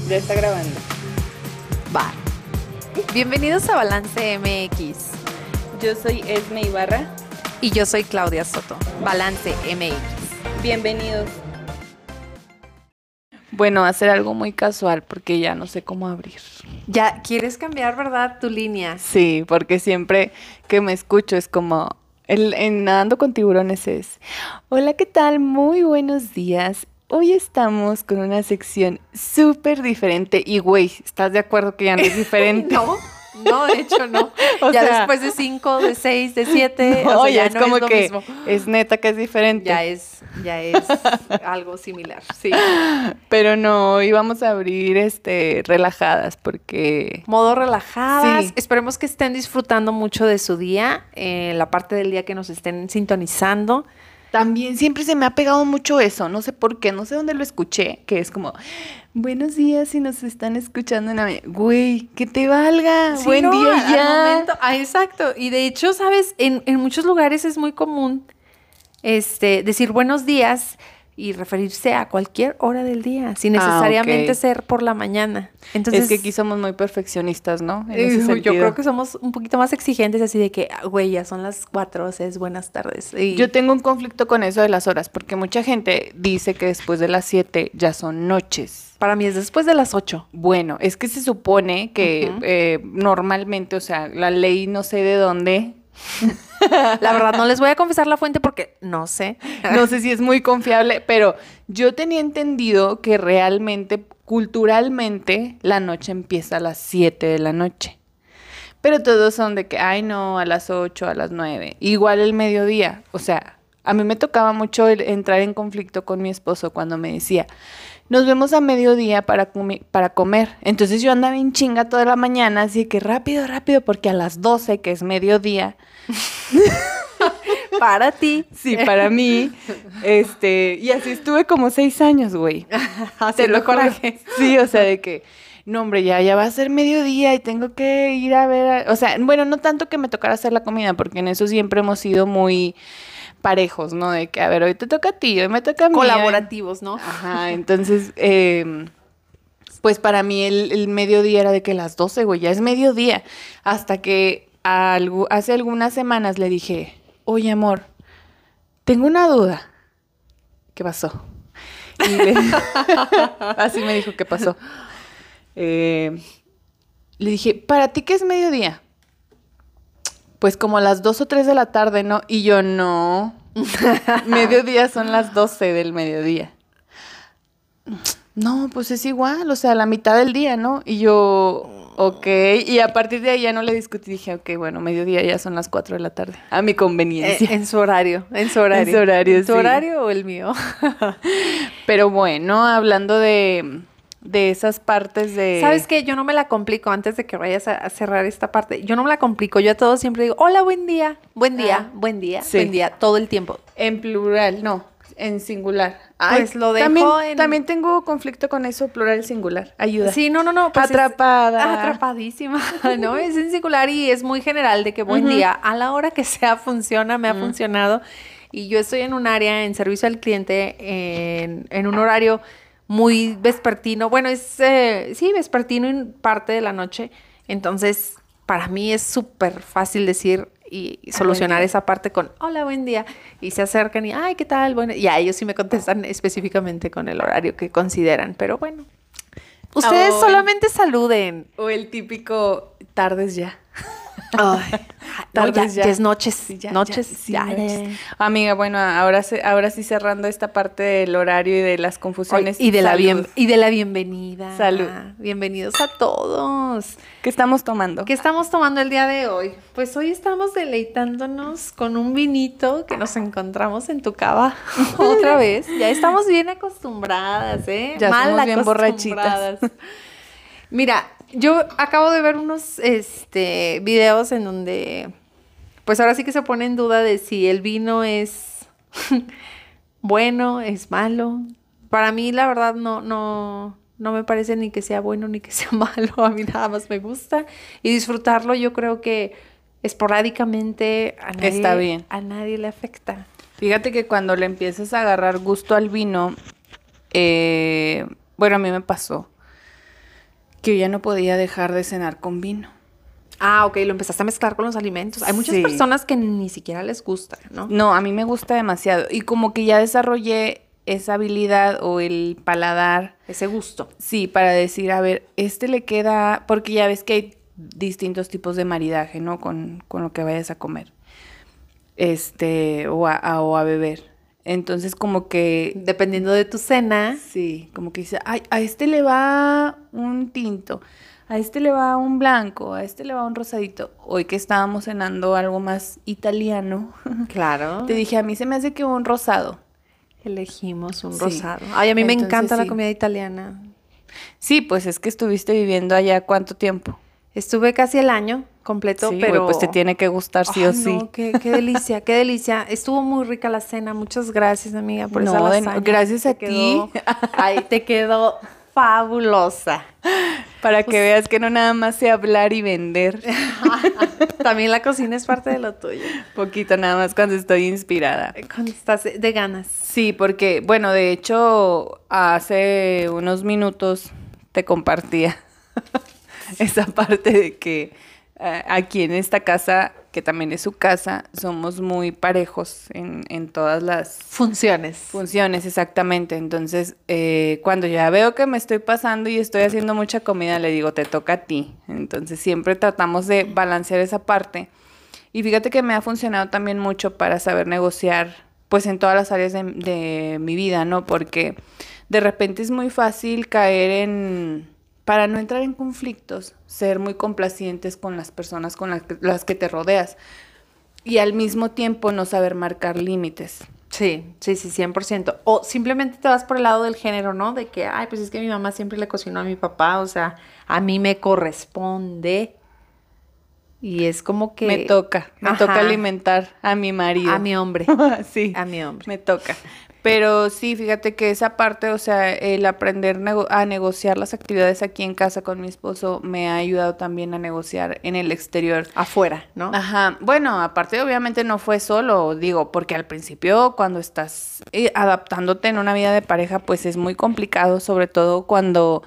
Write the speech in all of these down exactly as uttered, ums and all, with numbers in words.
Ya está grabando. Va. Bienvenidos a Balance M X. Yo soy Esme Ibarra. Y yo soy Claudia Soto. Balance M X. Bienvenidos. Bueno, hacer algo muy casual porque ya no sé cómo abrir. Ya, ¿quieres cambiar, verdad, tu línea? Sí, porque siempre que me escucho es como... El, en Nadando con Tiburones es... Hola, ¿qué tal? Muy buenos días. Hoy estamos con una sección súper diferente. Y, güey, ¿estás de acuerdo que ya no es diferente? No, no, de hecho no. O ya sea, después de cinco, de seis, de siete, no, o sea, ya ya es no como es lo que mismo. es neta que es diferente. Ya es, ya es algo similar, sí. Pero no, íbamos a abrir este relajadas porque... Modo relajadas. Sí. Esperemos que estén disfrutando mucho de su día, eh, la parte del día que nos estén sintonizando. También siempre se me ha pegado mucho eso, no sé por qué, no sé dónde lo escuché, que es como, buenos días si nos están escuchando en la mañana. Güey, que te valga, Sí, buen no, día al ya. momento- ah, exacto. Y de hecho, ¿sabes? En, en muchos lugares es muy común este, decir buenos días y referirse a cualquier hora del día, sin Ah, necesariamente ok. ser por la mañana. Entonces, Es que aquí somos muy perfeccionistas, ¿no? En eh, ese yo sentido. creo que somos un poquito más exigentes, así de que, ah, güey, ya son las cuatro, o sea, es buenas tardes. Y Yo tengo un conflicto con eso de las horas, porque mucha gente dice que después de las siete ya son noches. para mí es después de las ocho. Bueno, es que se supone que Ujú. eh, normalmente, o sea, la ley no sé de dónde, La verdad, no les voy a confesar la fuente porque no sé. no sé si es muy confiable, pero yo tenía entendido que realmente, culturalmente, la noche empieza a las siete de la noche. Pero todos son de que, ay no, a las ocho, a las nueve. Igual el mediodía. O sea, a mí me tocaba mucho el- entrar en conflicto con mi esposo cuando me decía, nos vemos a mediodía para, comi- para comer. Entonces yo andaba en chinga toda la mañana, así que rápido, rápido, porque a las doce, que es mediodía, Para ti. sí, para mí, este, y así estuve como seis años, güey. Te Haciendo lo juro. coraje. Sí, o sea, de que, no, hombre, ya, ya va a ser mediodía y tengo que ir a ver, a- o sea, bueno, no tanto que me tocara hacer la comida, porque en eso siempre hemos sido muy parejos, ¿no? De que, a ver, hoy te toca a ti, hoy me toca a mí. Colaborativos, ¿no? Ajá, entonces, eh, pues para mí el, el mediodía era de que las doce, güey, ya es mediodía. Hasta que algu- hace algunas semanas le dije, oye, amor, tengo una duda. ¿Qué pasó? Y le- Así me dijo, ¿qué pasó? Eh, le dije, ¿para ti qué es mediodía? Pues como las dos o tres de la tarde, ¿no? Y yo, no. Mediodía son las doce del mediodía. No, pues es igual, o sea, la mitad del día, ¿no? Y yo, ok. Y a partir de ahí ya no le discutí. Dije, ok, bueno, mediodía ya son las cuatro de la tarde. A mi Eh, conveniencia. en su horario, en su horario. En su horario, ¿En tu sí. horario o el mío? Pero bueno, hablando de, de esas partes de... ¿Sabes qué? Yo no me la complico antes de que vayas a, a cerrar esta parte. Yo no me la complico. Yo a todos siempre digo, hola, buen día, buen día, Ah, buen día, sí. buen día, todo el tiempo. En plural, no, en singular. Pues lo dejo también, en- También tengo conflicto con eso, plural, singular. Ayuda. Sí, no, no, no. pues es- Atrapada. atrapadísima, ¿no? Es en singular y es muy general de que buen Ujú. día, a la hora que sea, funciona, me ha Mm. funcionado. Y yo estoy en un área en servicio al cliente, en, en un horario muy vespertino. Bueno, es, eh, sí, vespertino y parte de la noche. Entonces, para mí es súper fácil decir y y Ah, solucionar buen día. esa parte con hola, buen día. Y se acercan y, ay, ¿qué tal? Bueno, y a ellos sí me contestan específicamente con el horario que consideran. Pero bueno, ustedes Ay. solamente saluden. O el típico tardes ya. Ay, no, ya, Tardes ya ya. es noches, Sí, ya, noches, ya, sí, ya, noches. ya. Amiga, bueno, ahora, se- ahora sí cerrando esta parte del horario y de las Ay, confusiones. y de la salud. bien, y de la bienvenida. Salud. Bienvenidos a todos. ¿Qué estamos tomando? ¿Qué estamos tomando el día de hoy? Pues hoy estamos deleitándonos con un vinito que nos encontramos en tu cava otra vez. Ya estamos bien acostumbradas, ¿eh? Ya Mal somos bien acostumbradas. Mira, yo acabo de ver unos este, videos en donde, pues ahora sí que se pone en duda de si el vino es bueno, es malo. Para mí, la verdad, no, no, no me parece ni que sea bueno ni que sea malo. A mí nada más me gusta. Y disfrutarlo, yo creo que esporádicamente a nadie, Está bien. a nadie le afecta. Fíjate que cuando le empiezas a agarrar gusto al vino, eh, bueno, a mí me pasó. que yo ya no podía dejar de cenar con vino. Ah, ok, lo empezaste a mezclar con los alimentos. Hay muchas Sí. personas que ni siquiera les gusta, ¿no? No, a mí me gusta demasiado. Y como que ya desarrollé esa habilidad o el paladar. Ese gusto. Sí, para decir, a ver, este le queda, porque ya ves que hay distintos tipos de maridaje, ¿no? Con, con lo que vayas a comer. Este, o a, a- o a beber. Entonces, como que, Dependiendo de tu cena. sí, como que dice, ay, a este le va un tinto, a este le va un blanco, a este le va un rosadito. Hoy que estábamos cenando algo más italiano, Claro. te dije, a mí se me hace que un rosado. Elegimos un Sí. rosado. Ay, a mí me Entonces, encanta la sí. comida italiana. Sí, pues es que estuviste viviendo allá ¿cuánto tiempo? Estuve casi el año completo, Sí, pero... güey, pues te tiene que gustar sí Ay, o sí. no, qué, qué delicia, qué delicia. Estuvo muy rica la cena. Muchas gracias, amiga, por esa No, de- lasaña. gracias Te a quedó- ti. Ay, te quedó fabulosa. Para que veas que no nada más sé hablar y vender. También la cocina es parte de lo tuyo. Poquito nada más cuando estoy inspirada. Cuando estás de ganas. Sí, porque, bueno, de hecho, hace unos minutos te compartía esa parte de que eh, aquí en esta casa, que también es su casa, somos muy parejos en, en todas las Funciones. funciones, exactamente. Entonces, eh, cuando ya veo que me estoy pasando y estoy haciendo mucha comida, le digo, te toca a ti. Entonces, siempre tratamos de balancear esa parte. Y fíjate que me ha funcionado también mucho para saber negociar, pues, en todas las áreas de, de mi vida, ¿no? Porque de repente es muy fácil caer en, para no entrar en conflictos, ser muy complacientes con las personas con las que, las que te rodeas. Y al mismo tiempo no saber marcar límites. Sí, sí, sí, cien por ciento. O simplemente te vas por el lado del género, ¿no? De que, ay, pues es que mi mamá siempre le cocinó a mi papá, o sea, a mí me corresponde. Y es como que... Me toca, me Ajá. toca alimentar a mi marido. A mi hombre. Sí, A mi hombre. me toca. Pero sí, fíjate que esa parte, o sea, el aprender nego- a negociar las actividades aquí en casa con mi esposo me ha ayudado también a negociar en el exterior. Afuera, ¿no? Ajá, bueno, aparte obviamente no fue solo, digo, porque al principio cuando estás eh, adaptándote en una vida de pareja, pues es muy complicado, sobre todo cuando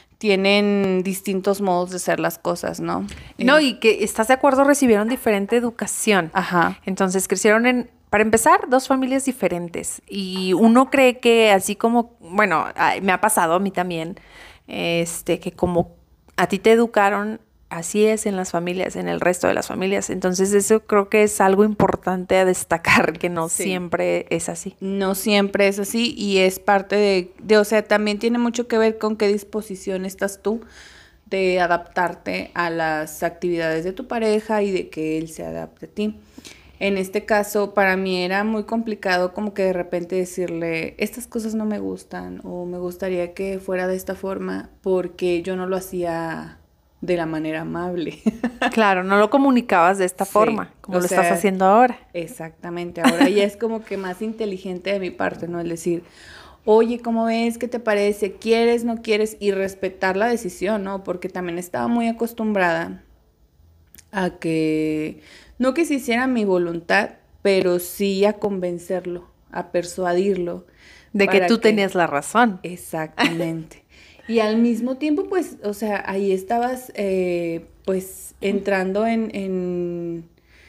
tienen distintos modos de hacer las cosas, ¿no? No, Eh, y que, ¿estás de acuerdo? Recibieron diferente educación. Ajá. Entonces crecieron en, para empezar, dos familias diferentes. Y uno cree que así como, bueno, ay, me ha pasado a mí también, este, que como a ti te educaron, así es en las familias, en el resto de las familias. Entonces eso creo que es algo importante a destacar, que no Sí. siempre es así. No siempre es así y es parte de, de, o sea, también tiene mucho que ver con qué disposición estás tú de adaptarte a las actividades de tu pareja y de que él se adapte a ti. En este caso, para mí era muy complicado como que de repente decirle, estas cosas no me gustan o me gustaría que fuera de esta forma porque yo no lo hacía de la manera amable. Claro, no lo comunicabas de esta Sí, forma, como o lo sea, estás haciendo ahora. Exactamente, ahora ya es como que más inteligente de mi parte, ¿no? Es decir, oye, ¿cómo ves? ¿Qué te parece? ¿Quieres? ¿No quieres? Y respetar la decisión, ¿no? Porque también estaba muy acostumbrada a que, no que se hiciera mi voluntad, pero sí a convencerlo, a persuadirlo. De que para tú tenías la razón. Exactamente. Y al mismo tiempo, pues, o sea, ahí estabas, eh, pues, entrando en, en,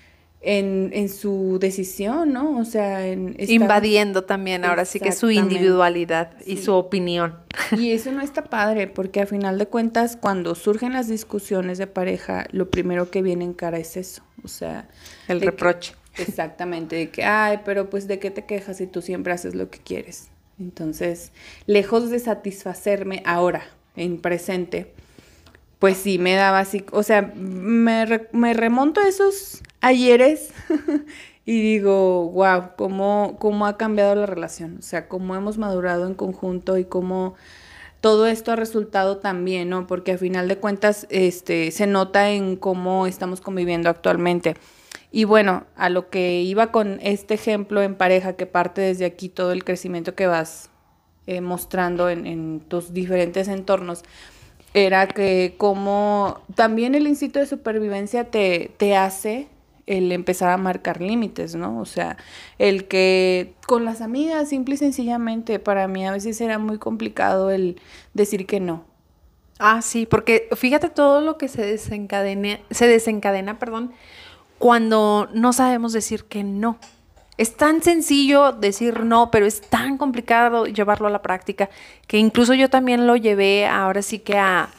en, en su decisión, ¿no? O sea, en... estabas- Invadiendo también ahora sí que su Exactamente. individualidad y Sí. su opinión. Y eso no está padre, porque a final de cuentas, cuando surgen las discusiones de pareja, lo primero que viene en cara es eso. O sea... El de que- reproche. exactamente, de que, ay, pero pues, ¿de qué te quejas si tú siempre haces lo que quieres? Entonces, lejos de satisfacerme ahora, en presente, pues sí me daba así, o sea, me, re- me remonto a esos ayeres y digo, wow, cómo, cómo ha cambiado la relación, o sea, cómo hemos madurado en conjunto y cómo todo esto ha resultado tan bien, ¿no? Porque a final de cuentas, este, se nota en cómo estamos conviviendo actualmente. Y bueno, a lo que iba con este ejemplo en pareja, que parte desde aquí todo el crecimiento que vas eh, mostrando en, en tus diferentes entornos, era que como también el instinto de supervivencia te, te hace el empezar a marcar límites, ¿no? O sea, el que con las amigas, simple y sencillamente, para mí a veces era muy complicado el decir que no. Ah, sí, porque fíjate todo lo que se desencadena, se desencadena, perdón, cuando no sabemos decir que no. Es tan sencillo decir no, pero es tan complicado llevarlo a la práctica que incluso yo también lo llevé ahora sí que a,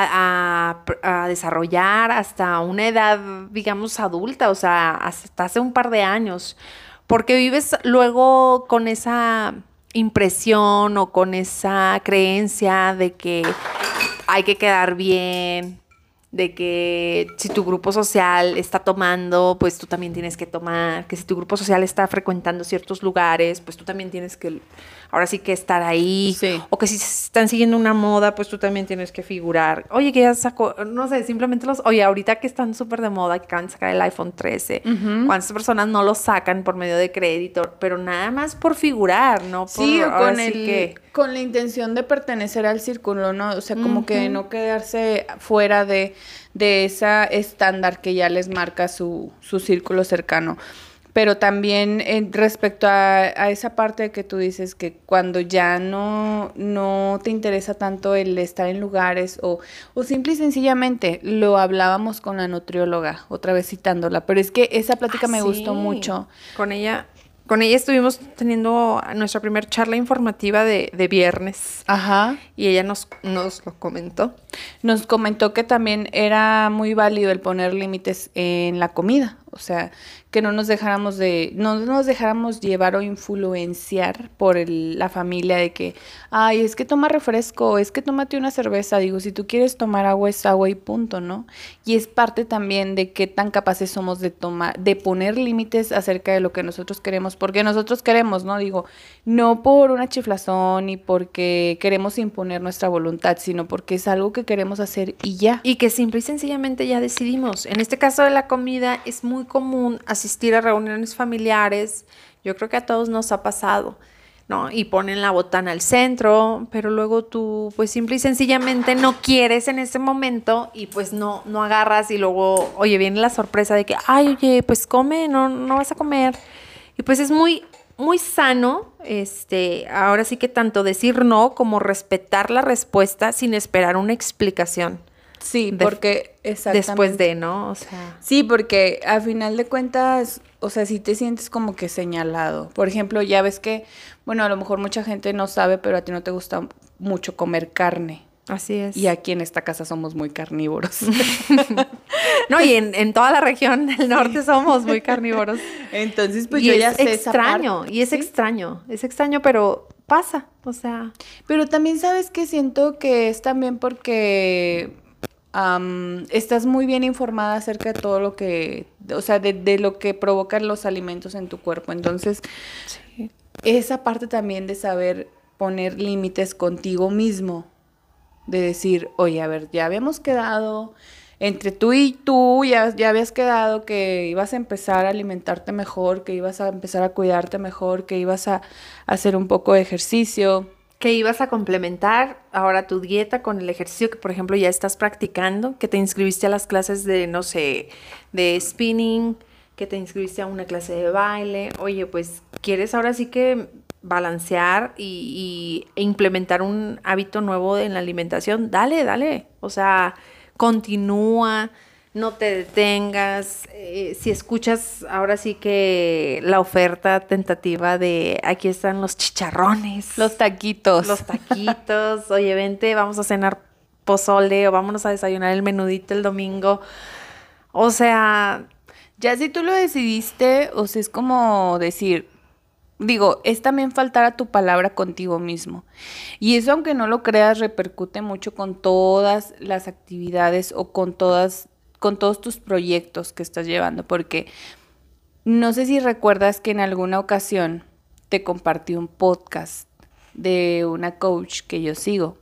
a, a, a desarrollar hasta una edad, digamos, adulta, o sea, hasta hace un par de años, porque vives luego con esa impresión o con esa creencia de que hay que quedar bien, de que si tu grupo social está tomando, pues tú también tienes que tomar, que si tu grupo social está frecuentando ciertos lugares, pues tú también tienes que, ahora sí que estar ahí, Sí. o que si están siguiendo una moda, pues tú también tienes que figurar. Oye, que ya sacó, no sé, simplemente los, oye, ahorita que están súper de moda, que acaban de sacar el iPhone trece, Ujú. ¿cuántas personas no lo sacan por medio de crédito? Pero nada más por figurar, ¿no? Por, Sí, o ahora con sí el, que- con la intención de pertenecer al círculo, ¿no? O sea, como que no quedarse fuera de, de esa estándar que ya les marca su, su círculo cercano. Pero también eh, respecto a, a esa parte que tú dices que cuando ya no, no te interesa tanto el estar en lugares o, o simple y sencillamente lo hablábamos con la nutrióloga, otra vez citándola, pero es que esa plática Ah, me sí. gustó mucho. Con ella, con ella estuvimos teniendo nuestra primera charla informativa de, de viernes Ajá. y ella nos, nos lo comentó. Nos comentó que también era muy válido el poner límites en la comida, o sea, que no nos dejáramos de, no nos dejáramos llevar o influenciar por el- la familia de que, ay, es que toma refresco, es que tómate una cerveza, digo, si tú quieres tomar agua es agua y punto, ¿no? Y es parte también de qué tan capaces somos de tomar, de poner límites acerca de lo que nosotros queremos, porque nosotros queremos, ¿no? Digo, no por una chiflazón ni porque queremos imponer nuestra voluntad, sino porque es algo que queremos hacer y ya. Y que simple y sencillamente ya decidimos. En este caso de la comida es muy común asistir a reuniones familiares. Yo creo que a todos nos ha pasado, ¿no? Y ponen la botana al centro, pero luego tú pues simple y sencillamente no quieres en ese momento y pues no, no agarras y luego, oye, viene la sorpresa de que, ay, oye, pues come, no, no vas a comer. Y pues es muy, muy sano, este, ahora sí que tanto decir no como respetar la respuesta sin esperar una explicación. Sí, De- porque exactamente. Después de, ¿no? O sea, Sí, porque a final de cuentas, o sea, si te sientes como que señalado. Por ejemplo, ya ves que, bueno, a lo mejor mucha gente no sabe, pero a ti no te gusta mucho comer carne. así es. Y aquí en esta casa somos muy carnívoros. No, y en, en toda la región del norte somos muy carnívoros. Entonces, pues y yo es ya sé esa extraño, parte, y es ¿sí? extraño, es extraño, pero pasa, o sea, Pero también sabes que siento que es también porque am, estás muy bien informada acerca de todo lo que, o sea, de, de lo que provocan los alimentos en tu cuerpo. Entonces, sí. esa parte también de saber poner límites contigo mismo, de decir, oye, a ver, ya habíamos quedado, entre tú y tú, ya, ya habías quedado que ibas a empezar a alimentarte mejor, que ibas a empezar a cuidarte mejor, que ibas a, a hacer un poco de ejercicio. Que ibas a complementar ahora tu dieta con el ejercicio que, por ejemplo, ya estás practicando, que te inscribiste a las clases de, no sé, de spinning, que te inscribiste a una clase de baile. Oye, pues quieres ahora sí que balancear y, y- e implementar un hábito nuevo en la alimentación. Dale, dale. O sea, continúa, no te detengas. Eh, si escuchas ahora sí que la oferta tentativa de aquí están los chicharrones, Los taquitos. los taquitos, oye, vente, vamos a cenar pozole o vámonos a desayunar el menudito el domingo. O sea, Ya si tú lo decidiste, o sea, es como decir, digo, es también faltar a tu palabra contigo mismo. Y eso, aunque no lo creas, repercute mucho con todas las actividades o con todas, con todos tus proyectos que estás llevando, porque no sé si recuerdas que en alguna ocasión te compartí un podcast de una coach que yo sigo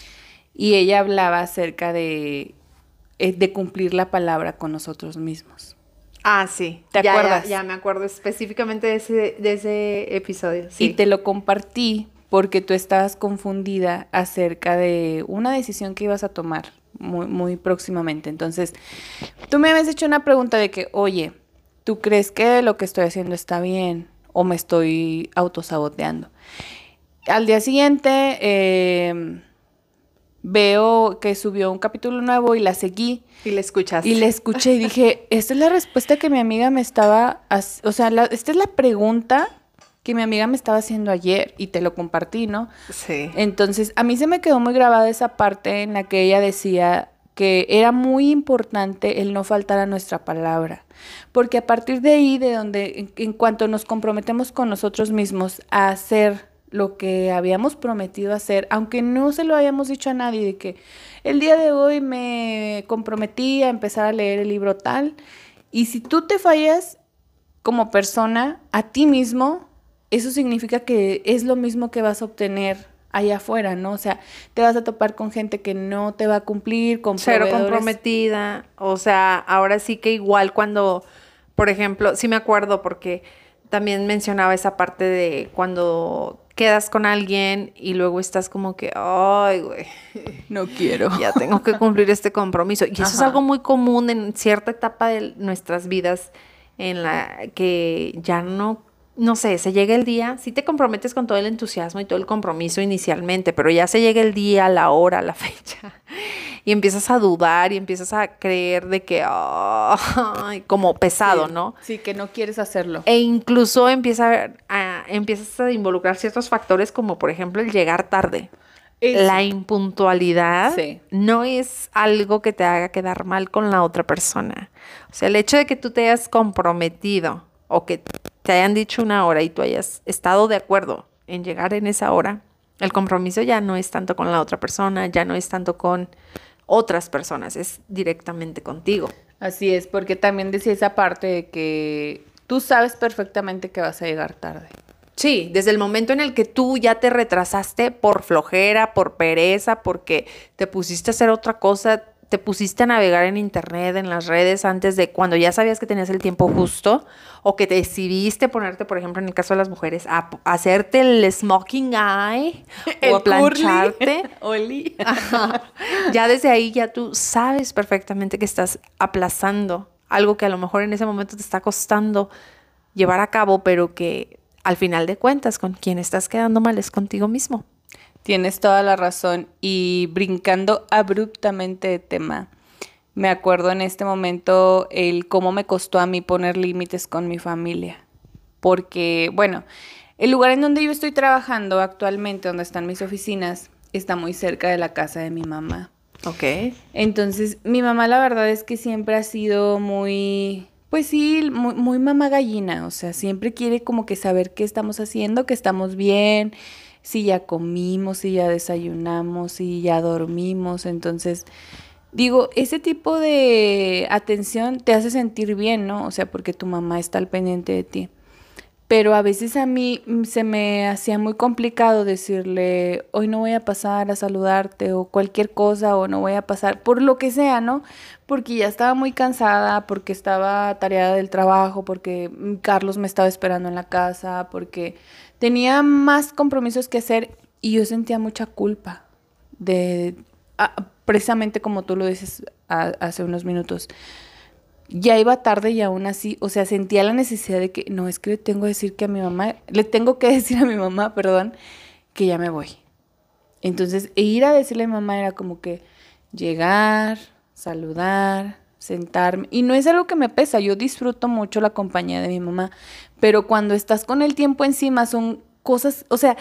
y ella hablaba acerca de, eh, de cumplir la palabra con nosotros mismos. ah, sí. ¿Te Ya, acuerdas? Ya, ya me acuerdo específicamente de ese, de ese episodio. Sí. Y te lo compartí porque tú estabas confundida acerca de una decisión que ibas a tomar muy, muy próximamente. Entonces, tú me habías hecho una pregunta de que, oye, ¿tú crees que lo que estoy haciendo está bien o me estoy autosaboteando? Al día siguiente, eh, veo que subió un capítulo nuevo y la seguí. Y le escuchaste. Y le escuché y dije, esta es la respuesta que mi amiga me estaba... hac- O sea, la- esta es la pregunta que mi amiga me estaba haciendo ayer y te lo compartí, ¿no? Sí. Entonces, a mí se me quedó muy grabada esa parte en la que ella decía que era muy importante el no faltar a nuestra palabra. Porque a partir de ahí, de donde, en, en cuanto nos comprometemos con nosotros mismos a hacer lo que habíamos prometido hacer, aunque no se lo hayamos dicho a nadie, de que el día de hoy me comprometí a empezar a leer el libro tal, y si tú te fallas como persona a ti mismo, eso significa que es lo mismo que vas a obtener allá afuera, ¿no? O sea, te vas a topar con gente que no te va a cumplir, con Cero proveedores. comprometida. O sea, ahora sí que igual cuando, por ejemplo, sí me acuerdo porque también mencionaba esa parte de cuando quedas con alguien y luego estás como que, ay, güey, No quiero. ya tengo que cumplir este compromiso. Y eso es Ajá. algo muy común en cierta etapa de nuestras vidas en la que ya no, no sé, se llega el día, sí te comprometes con todo el entusiasmo y todo el compromiso inicialmente, pero ya se llega el día, la hora, la fecha, y empiezas a dudar y empiezas a creer de que, ay, como pesado, Sí, ¿no? Sí, que no quieres hacerlo. E incluso empieza a, empiezas a involucrar ciertos factores como por ejemplo el llegar tarde. Eso. La impuntualidad Sí. no es algo que te haga quedar mal con la otra persona. O sea, el hecho de que tú te hayas comprometido o que te hayan dicho una hora y tú hayas estado de acuerdo en llegar en esa hora, el compromiso ya no es tanto con la otra persona, ya no es tanto con otras personas, es directamente contigo. Así es, porque también decía esa parte de que tú sabes perfectamente que vas a llegar tarde. Sí, desde el momento en el que tú ya te retrasaste por flojera, por pereza, porque te pusiste a hacer otra cosa, te pusiste a navegar en internet, en las redes, antes de cuando ya sabías que tenías el tiempo justo, o que te decidiste ponerte, por ejemplo, en el caso de las mujeres, a, a hacerte el smoking eye o a plancharte. Oli. Ajá. Ya desde ahí ya tú sabes perfectamente que estás aplazando algo que a lo mejor en ese momento te está costando llevar a cabo, pero que al final de cuentas con quien estás quedando mal es contigo mismo. Tienes toda la razón. Y brincando abruptamente de tema, me acuerdo en este momento el cómo me costó a mí poner límites con mi familia. Porque, bueno, el lugar en donde yo estoy trabajando actualmente, donde están mis oficinas, está muy cerca de la casa de mi mamá. Ok. Entonces, mi mamá la verdad es que siempre ha sido muy, pues sí, muy, muy mamá gallina. O sea, siempre quiere como que saber qué estamos haciendo, que estamos bien, si ya comimos, si ya desayunamos, si ya dormimos. Entonces, digo, ese tipo de atención te hace sentir bien, ¿no? O sea, porque tu mamá está al pendiente de ti. Pero a veces a mí mm, se me hacía muy complicado decirle, hoy no voy a pasar a saludarte o cualquier cosa o no voy a pasar, por lo que sea, ¿no? Porque ya estaba muy cansada, porque estaba tareada del trabajo, porque mm, Carlos me estaba esperando en la casa, porque tenía más compromisos que hacer y yo sentía mucha culpa de, ah, precisamente como tú lo dices a- hace unos minutos. Ya iba tarde y aún así, o sea, sentía la necesidad de que, no, es que le tengo que decir que a mi mamá, le tengo que decir a mi mamá, perdón, que ya me voy. Entonces, e ir a decirle a mi mamá era como que llegar, saludar, sentarme. Y no es algo que me pesa, yo disfruto mucho la compañía de mi mamá, pero cuando estás con el tiempo encima son cosas, o sea,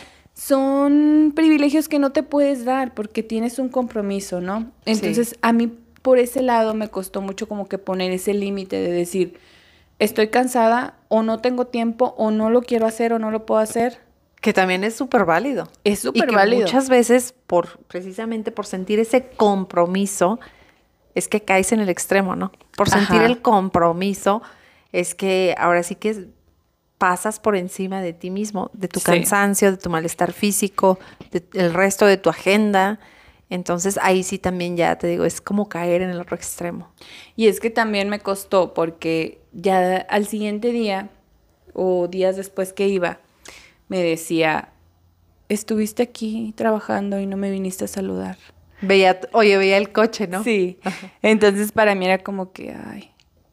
son privilegios que no te puedes dar porque tienes un compromiso, ¿no? Entonces, Sí. a mí por ese lado me costó mucho como que poner ese límite de decir, estoy cansada o no tengo tiempo o no lo quiero hacer o no lo puedo hacer. Que también es súper válido. Es Y súper que válido. muchas veces, por, precisamente por sentir ese compromiso, es que caes en el extremo, ¿no? Por sentir Ajá. el compromiso, es que ahora sí que pasas por encima de ti mismo, de tu Sí. cansancio, de tu malestar físico, del resto de tu agenda. Entonces ahí sí también ya te digo, es como caer en el otro extremo. Y es que también me costó porque ya al siguiente día o días después que iba, me decía, estuviste aquí trabajando y no me viniste a saludar. Veía, oye, veía el coche, ¿no? Sí. Entonces para mí era como que, ay,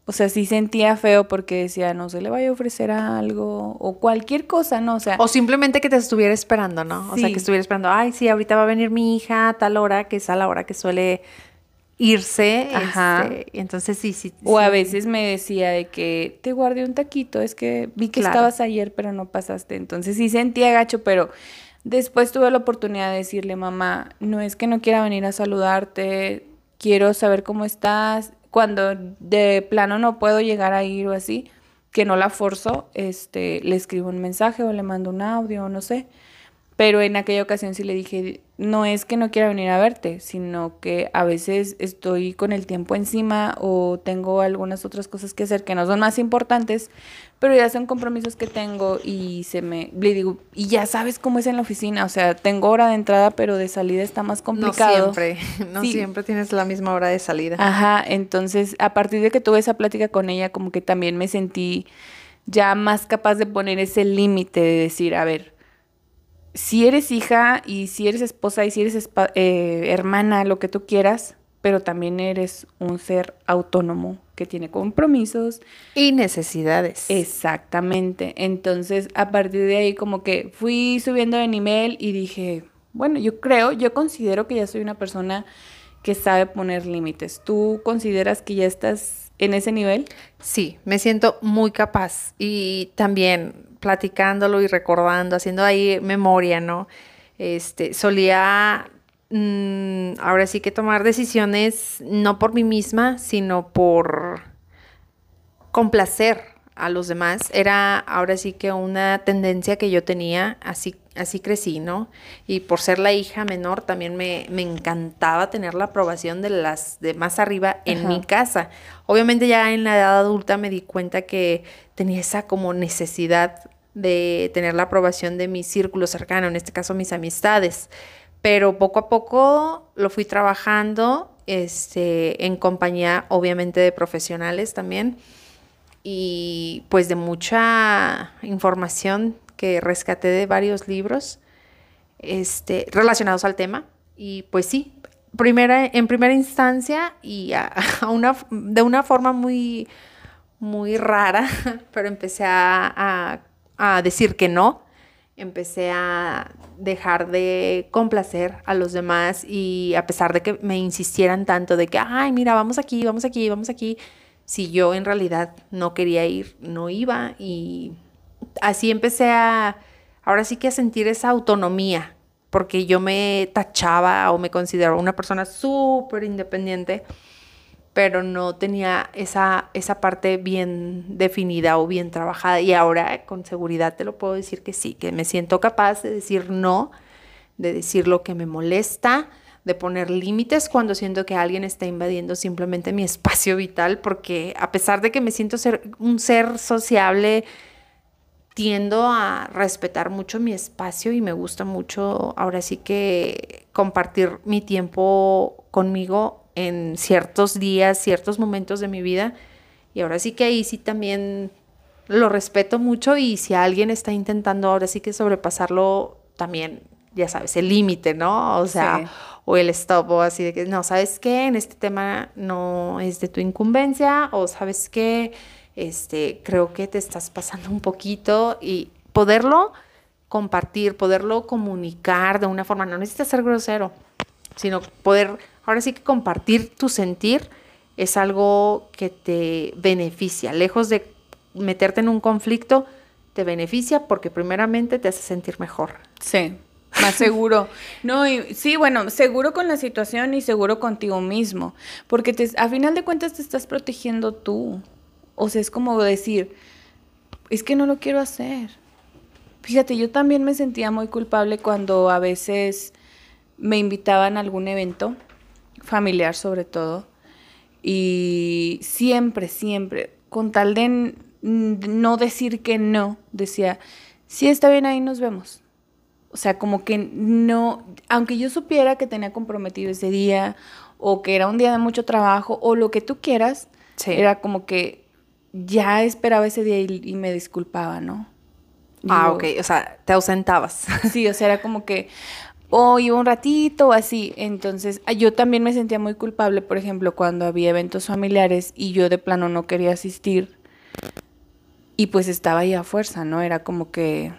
O sea, sí sentía feo porque decía, no se le vaya a ofrecer algo o cualquier cosa, ¿no? O sea, O simplemente que te estuviera esperando, ¿no? O sea, Sí. que estuviera esperando, ay, sí, ahorita va a venir mi hija a tal hora, que es a la hora que suele irse. Ajá. Este, y entonces sí, sí. o a sí. veces me decía de que te guardé un taquito, es que vi que Claro. estabas ayer, pero no pasaste. Entonces sí sentía gacho, pero después tuve la oportunidad de decirle, mamá, no es que no quiera venir a saludarte, quiero saber cómo estás. Cuando de plano no puedo llegar a ir o así, que no la forzo, este, le escribo un mensaje o le mando un audio, o no sé. Pero en aquella ocasión sí le dije, no es que no quiera venir a verte, sino que a veces estoy con el tiempo encima o tengo algunas otras cosas que hacer que no son más importantes, pero ya son compromisos que tengo y se me, le digo, y ya sabes cómo es en la oficina, o sea, tengo hora de entrada, pero de salida está más complicado. No siempre, no Sí. siempre tienes la misma hora de salida. Ajá, entonces a partir de que tuve esa plática con ella, como que también me sentí ya más capaz de poner ese límite de decir, a ver, si eres hija y si eres esposa y si eres espa- eh, hermana, lo que tú quieras, pero también eres un ser autónomo que tiene compromisos. Y necesidades. Exactamente. Entonces, a partir de ahí como que fui subiendo de nivel y dije, bueno, yo creo, yo considero que ya soy una persona que sabe poner límites. ¿Tú consideras que ya estás en ese nivel? Sí, me siento muy capaz y también platicándolo y recordando, haciendo ahí memoria, ¿no? Este, solía mm, ahora sí que tomar decisiones no por mí misma, sino por complacer a los demás. Era ahora sí que una tendencia que yo tenía, así, así crecí, ¿no? Y por ser la hija menor también me, me encantaba tener la aprobación de las de más arriba en Ajá. mi casa. Obviamente ya en la edad adulta me di cuenta que tenía esa como necesidad de tener la aprobación de mi círculo cercano, en este caso mis amistades. Pero poco a poco lo fui trabajando, este, en compañía obviamente de profesionales también y pues de mucha información que rescaté de varios libros este, relacionados al tema. Y pues sí, primera, en primera instancia y a, a una, de una forma muy, muy rara, pero empecé a, a, a decir que no. Empecé a dejar de complacer a los demás y a pesar de que me insistieran tanto de que, ay, mira, vamos aquí, vamos aquí, vamos aquí, si yo en realidad no quería ir, no iba y así empecé a, ahora sí que a sentir esa autonomía, porque yo me tachaba o me consideraba una persona súper independiente, pero no tenía esa, esa parte bien definida o bien trabajada. Y ahora con seguridad te lo puedo decir que sí, que me siento capaz de decir no, de decir lo que me molesta, de poner límites cuando siento que alguien está invadiendo simplemente mi espacio vital, porque a pesar de que me siento ser un ser sociable, tiendo a respetar mucho mi espacio y me gusta mucho ahora sí que compartir mi tiempo conmigo en ciertos días, ciertos momentos de mi vida. Y ahora sí que ahí sí también lo respeto mucho y si alguien está intentando ahora sí que sobrepasarlo, también, ya sabes, el límite, ¿no? O sea, Sí. o el stop o así de que, no, ¿sabes qué? En este tema no es de tu incumbencia o ¿sabes qué? Este, creo que te estás pasando un poquito y poderlo compartir, poderlo comunicar de una forma, no necesitas ser grosero, sino poder, ahora sí que compartir tu sentir es algo que te beneficia, lejos de meterte en un conflicto, te beneficia porque primeramente te hace sentir mejor. Sí, más seguro. No, y sí, bueno, seguro con la situación y seguro contigo mismo, porque te, a final de cuentas te estás protegiendo tú. O sea, es como decir, es que no lo quiero hacer. Fíjate, yo también me sentía muy culpable cuando a veces me invitaban a algún evento, familiar sobre todo, y siempre, siempre, con tal de n- no decir que no, decía, sí, está bien, ahí nos vemos. O sea, como que no, aunque yo supiera que tenía comprometido ese día, o que era un día de mucho trabajo, o lo que tú quieras, Sí. era como que ya esperaba ese día y, y me disculpaba, ¿no? Ah, Digo, ok, o sea, te ausentabas. Sí, o sea, era como que, o iba un ratito o así. Entonces, yo también me sentía muy culpable, por ejemplo, cuando había eventos familiares y yo de plano no quería asistir. Y pues estaba ahí a fuerza, ¿no? Era como que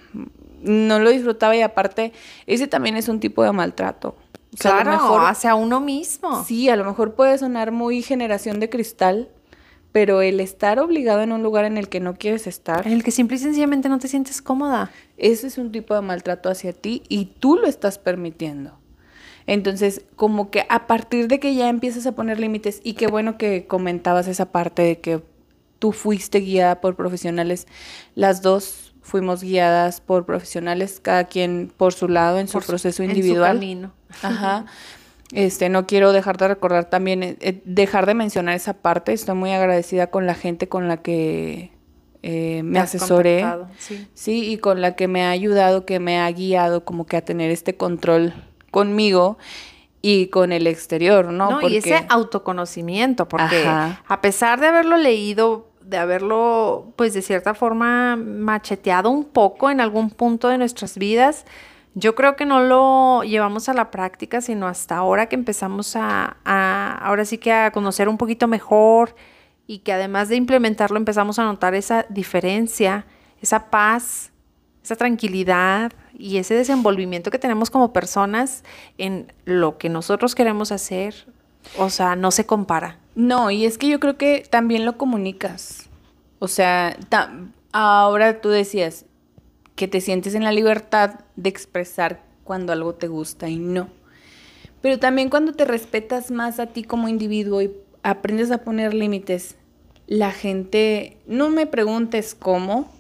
no lo disfrutaba y aparte, ese también es un tipo de maltrato. O sea, Claro, a lo mejor, hacia uno mismo. sí, a lo mejor puede sonar muy generación de cristal, pero el estar obligado en un lugar en el que no quieres estar, En el que simple y sencillamente no te sientes cómoda. ese es un tipo de maltrato hacia ti y tú lo estás permitiendo. Entonces, como que a partir de que ya empiezas a poner límites, y qué bueno que comentabas esa parte de que tú fuiste guiada por profesionales, las dos fuimos guiadas por profesionales, cada quien por su lado, en su Por su- proceso en su individual. camino. Ajá. Este, no quiero dejar de recordar también, eh, eh, dejar de mencionar esa parte. Estoy muy agradecida con la gente con la que eh, me Te has asesoré. contactado, sí. Sí, y con la que me ha ayudado, que me ha guiado como que a tener este control conmigo y con el exterior, ¿no? No, y Porque- ese autoconocimiento, porque Ajá. a pesar de haberlo leído, de haberlo, pues de cierta forma macheteado un poco en algún punto de nuestras vidas, yo creo que no lo llevamos a la práctica, sino hasta ahora que empezamos a, a ahora sí que a conocer un poquito mejor y que además de implementarlo empezamos a notar esa diferencia, esa paz, esa tranquilidad y ese desenvolvimiento que tenemos como personas en lo que nosotros queremos hacer, o sea, no se compara. No, y es que yo creo que también lo comunicas. O sea, ta- ahora tú decías que te sientes en la libertad de expresar cuando algo te gusta y no. Pero también cuando te respetas más a ti como individuo y aprendes a poner límites, la gente, no me preguntes cómo,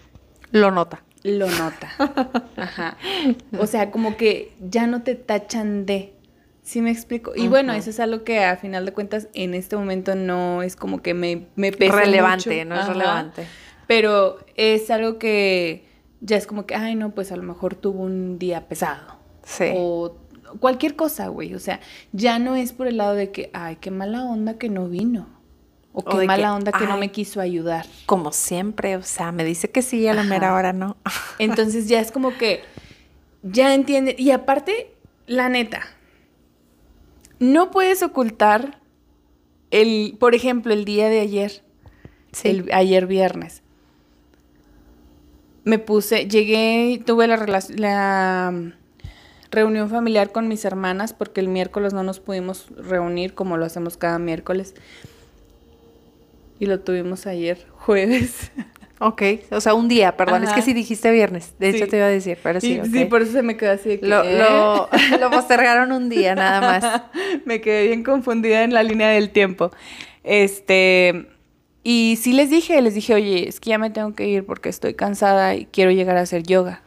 Lo nota. lo nota. Ajá. O sea, como que ya no te tachan de. ¿Sí me explico? Y bueno, Ujú. eso es algo que a final de cuentas en este momento no es como que me, me pese Relevante, mucho. no es Ajá. relevante. Pero es algo que ya es como que, ay, no, pues a lo mejor tuvo un día pesado. Sí. O cualquier cosa, güey. O sea, ya no es por el lado de que, ay, qué mala onda que no vino. O O qué de mala que, onda que no ay. me quiso ayudar. Como siempre, o sea, me dice que sí, a la Ajá. mera hora no. Entonces ya es como que ya entiende. Y aparte, la neta, no puedes ocultar el, por ejemplo, el día de ayer, Sí. el, ayer viernes. Me puse, llegué, tuve la, relac- la mm, reunión familiar con mis hermanas porque el miércoles no nos pudimos reunir como lo hacemos cada miércoles. Y lo tuvimos ayer, jueves. Ok, o sea, un día, perdón, es Ajá. que sí dijiste viernes, de hecho Sí. te iba a decir, pero sí, Y- ok. Sí, por eso se me quedó así de que, Lo, ¿eh? lo, lo postergaron un día nada más. Me quedé bien confundida en la línea del tiempo. Este, y sí les dije, les dije, oye, es que ya me tengo que ir porque estoy cansada y quiero llegar a hacer yoga.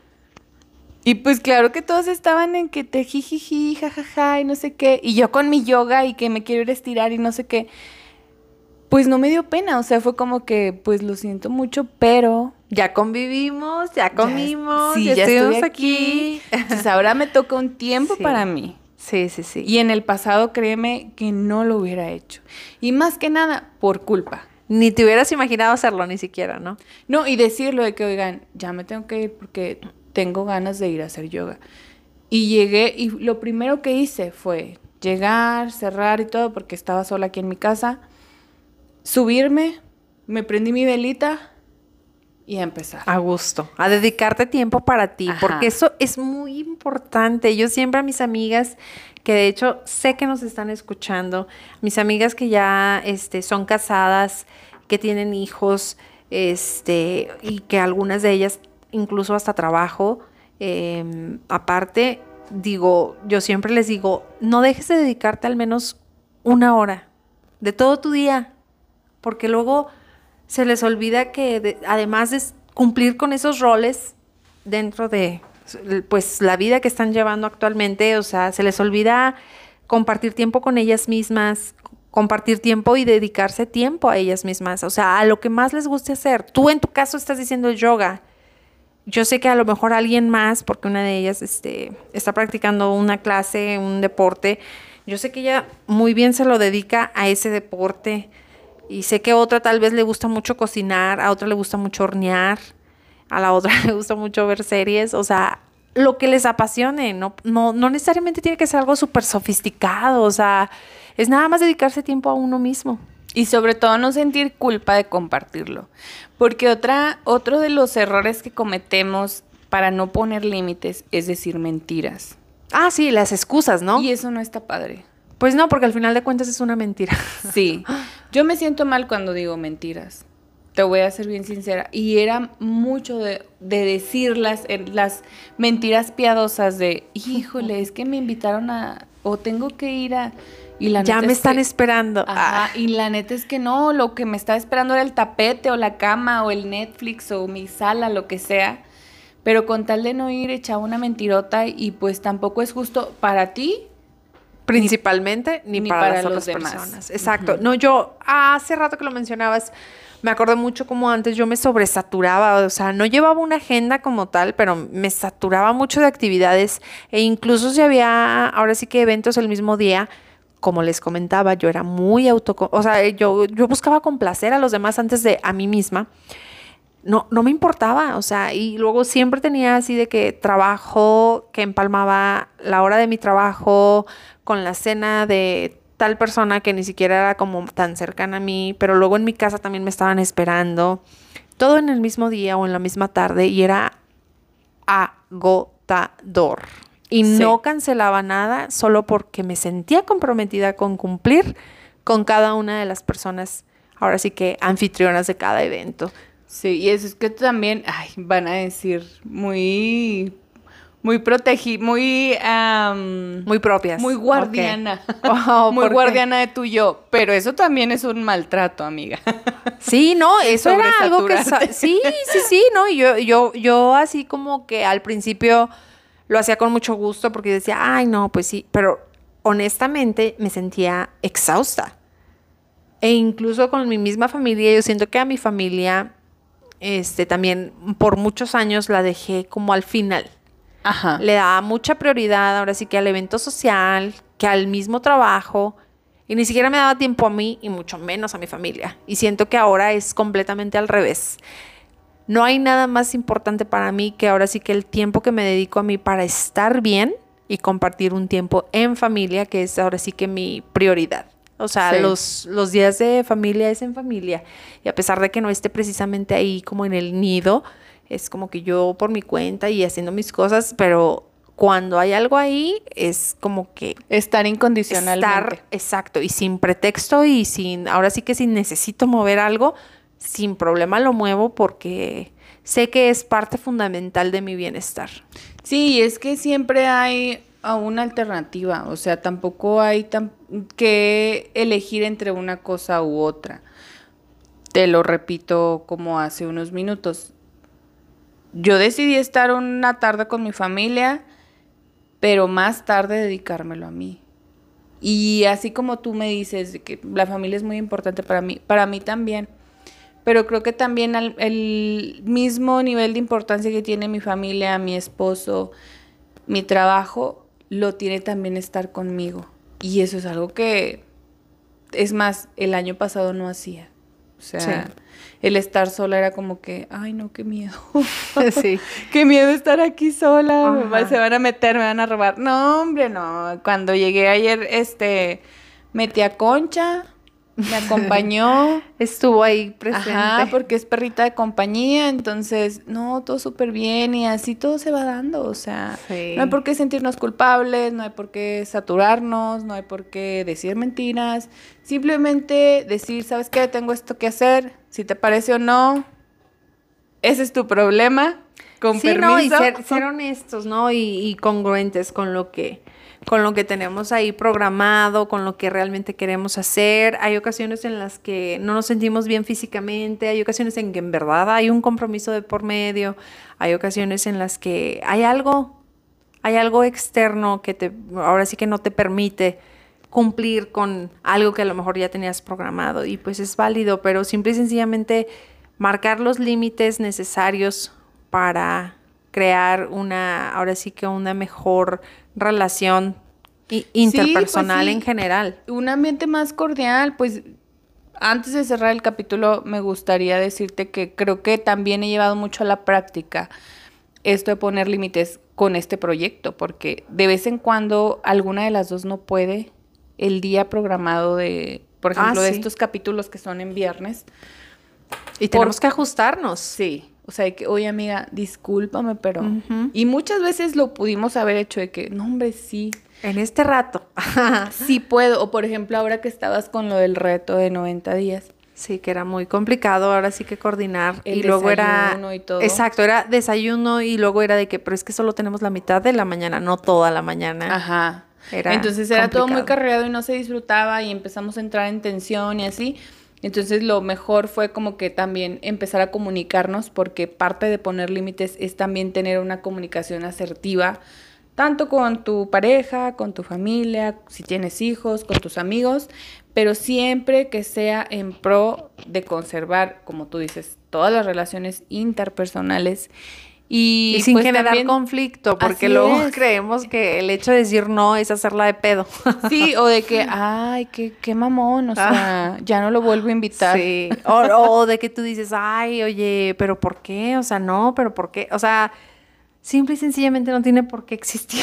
Y pues claro que todos estaban en que te jijiji, jajaja y no sé qué. Y yo con mi yoga y que me quiero ir a estirar y no sé qué. Pues no me dio pena, o sea, fue como que, pues lo siento mucho, pero Ya convivimos, ya comimos, sí, ya, ya estuvimos estoy aquí. aquí. Entonces ahora me toca un tiempo Sí. para mí. Sí, sí, sí. Y en el pasado, créeme que no lo hubiera hecho. Y más que nada, por culpa. Ni te hubieras imaginado hacerlo, ni siquiera, ¿no? No, y decirlo de que, oigan, ya me tengo que ir porque tengo ganas de ir a hacer yoga. Y llegué, y lo primero que hice fue llegar, cerrar y todo, porque estaba sola aquí en mi casa, subirme, me prendí mi velita y a empezar. A gusto, a dedicarte tiempo para ti, Ajá. porque eso es muy importante. Yo siempre a mis amigas, que de hecho sé que nos están escuchando, mis amigas que ya este, son casadas, que tienen hijos, este, y que algunas de ellas incluso hasta trabajo, eh, aparte, digo, yo siempre les digo, no dejes de dedicarte al menos una hora de todo tu día, porque luego se les olvida que de- además de cumplir con esos roles dentro de pues la vida que están llevando actualmente, o sea, se les olvida compartir tiempo con ellas mismas, compartir tiempo y dedicarse tiempo a ellas mismas, o sea, a lo que más les guste hacer. Tú en tu caso estás diciendo yoga. Yo sé que a lo mejor alguien más, porque una de ellas este, está practicando una clase, un deporte, yo sé que ella muy bien se lo dedica a ese deporte. Y sé que a otra tal vez le gusta mucho cocinar, a otra le gusta mucho hornear, a la otra le gusta mucho ver series. O sea, lo que les apasione, no, no, no necesariamente tiene que ser algo súper sofisticado, o sea, es nada más dedicarse tiempo a uno mismo. Y sobre todo no sentir culpa de compartirlo. Porque otra, otro de los errores que cometemos para no poner límites es decir mentiras. Ah, sí, las excusas, ¿no? Y eso no está padre. Pues no, porque al final de cuentas es una mentira. Sí, yo me siento mal cuando digo mentiras. Te voy a ser bien sincera. Y era mucho de, de decir las, eh, las mentiras piadosas de, híjole, es que me invitaron a, o tengo que ir a... Y la Ya neta me es están que- esperando. Ajá, Ah. y la neta es que no, lo que me estaba esperando era el tapete o la cama o el Netflix o mi sala, lo que sea. Pero con tal de no ir, echaba una mentirota y pues tampoco es justo para ti. Principalmente ni, ni para, para las los otras demás. personas. Exacto. No, yo hace rato que lo mencionabas, me acordé mucho como antes yo me sobresaturaba, o sea, no llevaba una agenda como tal, pero me saturaba mucho de actividades e incluso si había, ahora sí que eventos el mismo día, como les comentaba, yo era muy auto, o sea, yo, yo buscaba complacer a los demás antes de a mí misma. No, no me importaba, o sea, y luego siempre tenía así de que trabajo, que empalmaba la hora de mi trabajo con la cena de tal persona que ni siquiera era como tan cercana a mí, pero luego en mi casa también me estaban esperando, todo en el mismo día o en la misma tarde y era agotador. Y Sí. no cancelaba nada solo porque me sentía comprometida con cumplir con cada una de las personas, ahora sí que anfitrionas de cada evento. Sí, y eso es que también, ay, van a decir, muy, muy protegida, muy, am, Muy propias. muy guardiana, Ok. Oh, muy ¿por qué? guardiana de tu yo, pero eso también es un maltrato, amiga. Sí, no, El eso era algo que... sa- sobresaturarte. Sí, sí, sí, no, y yo, yo, yo así como que al principio lo hacía con mucho gusto porque decía, ay, no, pues sí, pero honestamente me sentía exhausta. E incluso con mi misma familia, yo siento que a mi familia, este, también por muchos años la dejé como al final. Ajá. Le daba mucha prioridad ahora sí que al evento social, que al mismo trabajo, y ni siquiera me daba tiempo a mí y mucho menos a mi familia. Y siento que ahora es completamente al revés. No hay nada más importante para mí que ahora sí que el tiempo que me dedico a mí para estar bien y compartir un tiempo en familia, que es ahora sí que mi prioridad. O sea, Sí. los, los días de familia es en familia. Y a pesar de que no esté precisamente ahí como en el nido, es como que yo por mi cuenta y haciendo mis cosas, pero cuando hay algo ahí es como que Estar incondicionalmente. estar, exacto, y sin pretexto y sin, ahora sí que si necesito mover algo, sin problema lo muevo porque sé que es parte fundamental de mi bienestar. Sí, es que siempre hay a una alternativa, o sea, tampoco hay tan que elegir entre una cosa u otra. Te lo repito como hace unos minutos. Yo decidí estar una tarde con mi familia, pero más tarde dedicármelo a mí. Y así como tú me dices de que la familia es muy importante para mí, para mí también. Pero creo que también al- el mismo nivel de importancia que tiene mi familia, mi esposo, mi trabajo, lo tiene también estar conmigo. Y eso es algo que, es más, el año pasado no hacía. O sea, Sí. el estar sola era como que, ay no, qué miedo. Sí. Qué miedo estar aquí sola, me va- Ajá. se van a meter, me van a robar. No, hombre, no. Cuando llegué ayer, este, metí a Concha, me acompañó. Estuvo ahí presente. Ajá, porque es perrita de compañía, entonces, no, todo súper bien y así todo se va dando, o sea, Sí. no hay por qué sentirnos culpables, no hay por qué saturarnos, no hay por qué decir mentiras, simplemente decir, ¿sabes qué? Tengo esto que hacer, si te parece o no, ese es tu problema, con Sí, permiso. no, y ser, ser honestos, ¿no? Y, y congruentes con lo que, con lo que tenemos ahí programado, con lo que realmente queremos hacer. Hay ocasiones en las que no nos sentimos bien físicamente, hay ocasiones en que en verdad hay un compromiso de por medio, hay ocasiones en las que hay algo, hay algo externo que te, ahora sí que no te permite cumplir con algo que a lo mejor ya tenías programado y pues es válido, pero simple y sencillamente marcar los límites necesarios para crear una, ahora sí que una mejor relación i- interpersonal sí. en general. Un ambiente más cordial, pues antes de cerrar el capítulo me gustaría decirte que creo que también he llevado mucho a la práctica esto de poner límites. con este proyecto, porque de vez en cuando alguna de las dos no puede el día programado de, por ejemplo, Ah, de sí. estos capítulos que son en viernes. Y tenemos Por- que ajustarnos. Sí, o sea, de que, oye, amiga, discúlpame, pero... Ujú. Y muchas veces lo pudimos haber hecho de que, no, hombre, sí, En este rato. sí puedo. O, por ejemplo, ahora que estabas con lo del reto de noventa días. Sí, que era muy complicado, ahora sí que coordinar. El y luego era... desayuno y todo. Exacto, era desayuno y luego era de que, pero es que solo tenemos la mitad de la mañana, no toda la mañana. Ajá. Era Entonces era todo muy complicado. carreado y no se disfrutaba y empezamos a entrar en tensión y así. Entonces lo mejor fue como que también empezar a comunicarnos, porque parte de poner límites es también tener una comunicación asertiva, tanto con tu pareja, con tu familia, si tienes hijos, con tus amigos, pero siempre que sea en pro de conservar, como tú dices, todas las relaciones interpersonales. Y, Y sin pues, generar también- conflicto, porque Así luego es. creemos que el hecho de decir no es hacerla de pedo. Sí, o de que, ay, qué, qué mamón, o sea, ya no lo vuelvo a invitar. Sí, o, o de que tú dices, ay, oye, pero ¿por qué? O sea, no, pero ¿por qué? O sea, simple y sencillamente no tiene por qué existir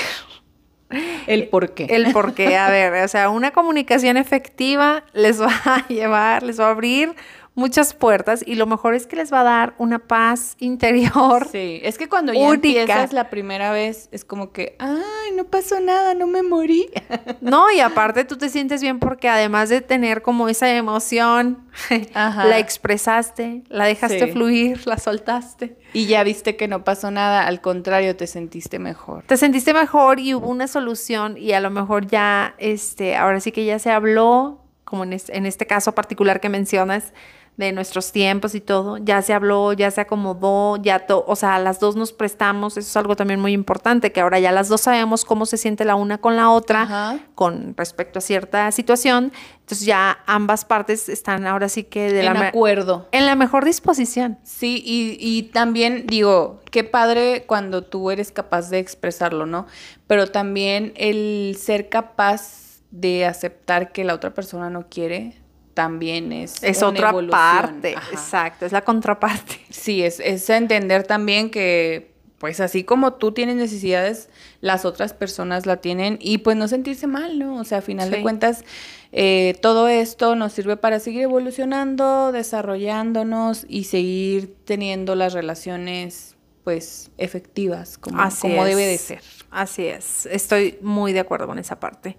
El por qué. el por qué. A ver, o sea, una comunicación efectiva les va a llevar, les va a abrir muchas puertas y lo mejor es que les va a dar una paz interior. Sí, es que cuando ya única. empiezas la primera vez, es como que, ay, no pasó nada, no me morí. No, y aparte tú te sientes bien porque además de tener como esa emoción, Ajá. la expresaste, la dejaste Sí. fluir, la soltaste. Y ya viste que no pasó nada, al contrario, te sentiste mejor. Te sentiste mejor y hubo una solución y a lo mejor ya, este, ahora sí que ya se habló, como en, es- en este caso particular que mencionas, de nuestros tiempos y todo, ya se habló, ya se acomodó, ya todo, o sea, las dos nos prestamos, eso es algo también muy importante, que ahora ya las dos sabemos cómo se siente la una con la otra Ajá. con respecto a cierta situación, entonces ya ambas partes están ahora sí que de la En me- acuerdo. en la mejor disposición. Sí, y, y también digo, qué padre cuando tú eres capaz de expresarlo, ¿no? Pero también el ser capaz de aceptar que la otra persona no quiere, también es Es una otra evolución. parte, Ajá. exacto, es la contraparte. Sí, es, es entender también que, pues así como tú tienes necesidades, las otras personas la tienen y pues no sentirse mal, ¿no? O sea, a final de Sí. cuentas, eh, todo esto nos sirve para seguir evolucionando, desarrollándonos y seguir teniendo las relaciones, pues, efectivas, como, Así como es. debe de ser. Así es, estoy muy de acuerdo con esa parte.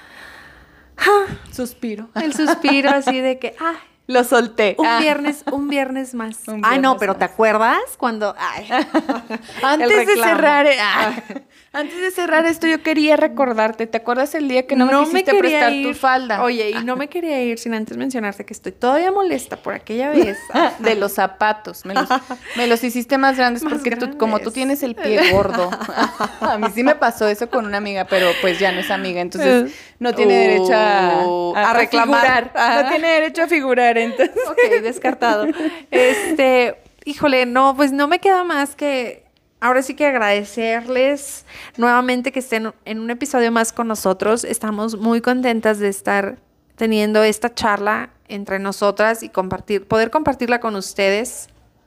Suspiro. El suspiro así de que, ah, Lo solté. un Ah. viernes, un viernes más. Un Ay, no, viernes pero ¿te más. acuerdas cuando, ay, Antes de reclamo. cerrar, eh, ah, antes de cerrar esto, yo quería recordarte. ¿Te acuerdas el día que no, me quisiste prestar tu falda? Oye, y no me quería ir sin antes mencionarte que estoy todavía molesta por aquella vez. Ah, De los zapatos. Me los, me los hiciste más grandes Más porque tú, como tú grandes. tienes el pie gordo. A mí sí me pasó eso con una amiga, pero pues ya no es amiga, entonces no tiene derecho a, Oh, a, a reclamar. figurar. Ajá. No tiene derecho a figurar, entonces. Ok, descartado. Este, híjole, no, pues no me queda más que ahora sí que agradecerles nuevamente que estén en un episodio más con nosotros. Estamos muy contentas de estar teniendo esta charla entre nosotras y compartir, poder compartirla con ustedes.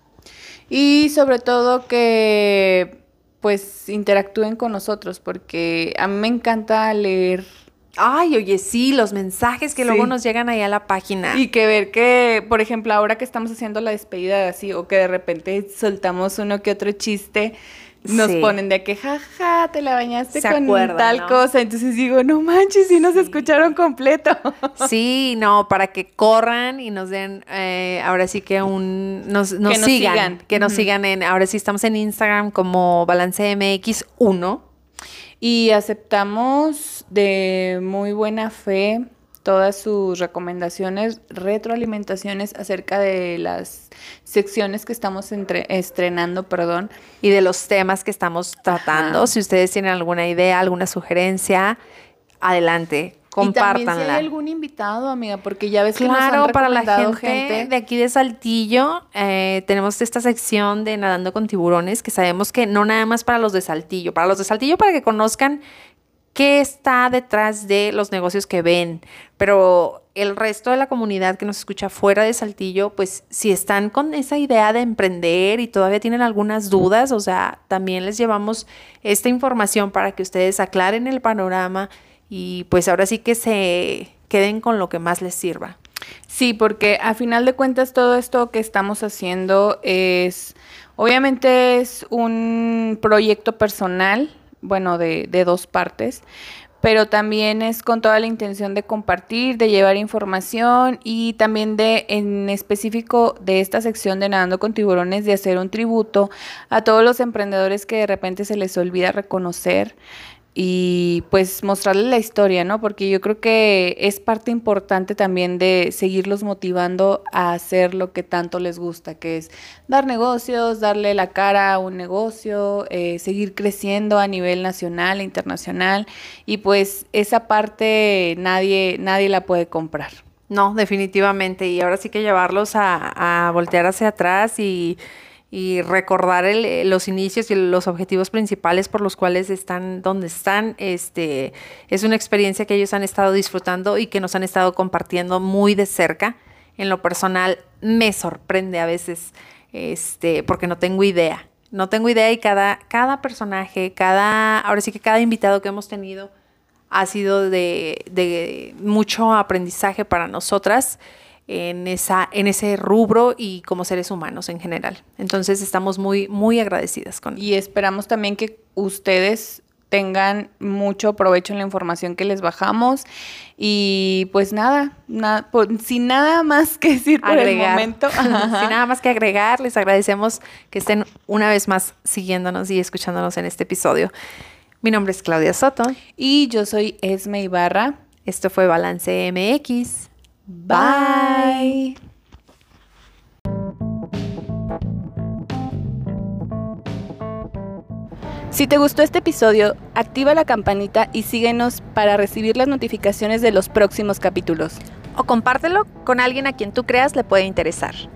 Y sobre todo que pues interactúen con nosotros, porque a mí me encanta leer. Ay, oye, sí, los mensajes que Sí. luego nos llegan ahí a la página. Y que ver que, por ejemplo, ahora que estamos haciendo la despedida así, o que de repente soltamos uno que otro chiste, nos Sí. ponen de que, jaja, te la bañaste Se con acuerdan, tal ¿no? cosa. Entonces digo, no manches, sí nos Sí. escucharon completo. Sí, no, para que corran y nos den, eh, ahora sí que un, nos, nos, Que nos sigan, sigan. que nos Ujú. sigan en, ahora sí estamos en Instagram como Balance M X uno. Y aceptamos de muy buena fe todas sus recomendaciones, retroalimentaciones acerca de las secciones que estamos entre- estrenando, perdón. Y de los temas que estamos tratando. Ajá. Si ustedes tienen alguna idea, alguna sugerencia, adelante, Y también si compártanla. hay algún invitado, amiga, porque ya ves que nos Claro, han para la recomendado gente, de aquí de Saltillo, eh, tenemos esta sección de Nadando con Tiburones, que sabemos que no nada más para los de Saltillo, para los de Saltillo para que conozcan qué está detrás de los negocios que ven, pero el resto de la comunidad que nos escucha fuera de Saltillo, pues si están con esa idea de emprender y todavía tienen algunas dudas, o sea, también les llevamos esta información para que ustedes aclaren el panorama y pues ahora sí que se queden con lo que más les sirva. Sí, porque a final de cuentas todo esto que estamos haciendo es, obviamente es un proyecto personal, bueno, de, de dos partes, pero también es con toda la intención de compartir, de llevar información y también de, en específico de esta sección de Nadando con Tiburones, de hacer un tributo a todos los emprendedores que de repente se les olvida reconocer y pues mostrarles la historia, ¿no? Porque yo creo que es parte importante también de seguirlos motivando a hacer lo que tanto les gusta, que es dar negocios, darle la cara a un negocio, eh, seguir creciendo a nivel nacional e internacional y pues esa parte nadie, nadie la puede comprar. No, definitivamente. Y ahora sí que llevarlos a, a voltear hacia atrás y... y recordar el, los inicios y los objetivos principales por los cuales están donde están. Este, es una experiencia que ellos han estado disfrutando y que nos han estado compartiendo muy de cerca. En lo personal me sorprende a veces, este, porque no tengo idea. No tengo idea y cada, cada personaje, cada, ahora sí que cada invitado que hemos tenido ha sido de, de mucho aprendizaje para nosotras. En, esa, en ese rubro y como seres humanos en general. Entonces estamos muy, muy agradecidas con Y esperamos también que ustedes tengan mucho provecho en la información que les bajamos y pues nada, nada pues, sin nada más que decir por agregar. el momento. Sin nada más que agregar, les agradecemos que estén una vez más siguiéndonos y escuchándonos en este episodio. Mi nombre es Claudia Soto. Y yo soy Esme Ibarra. Esto fue Balance M X. Bye. Si te gustó este episodio, activa la campanita y síguenos para recibir las notificaciones de los próximos capítulos. O compártelo con alguien a quien tú creas le puede interesar.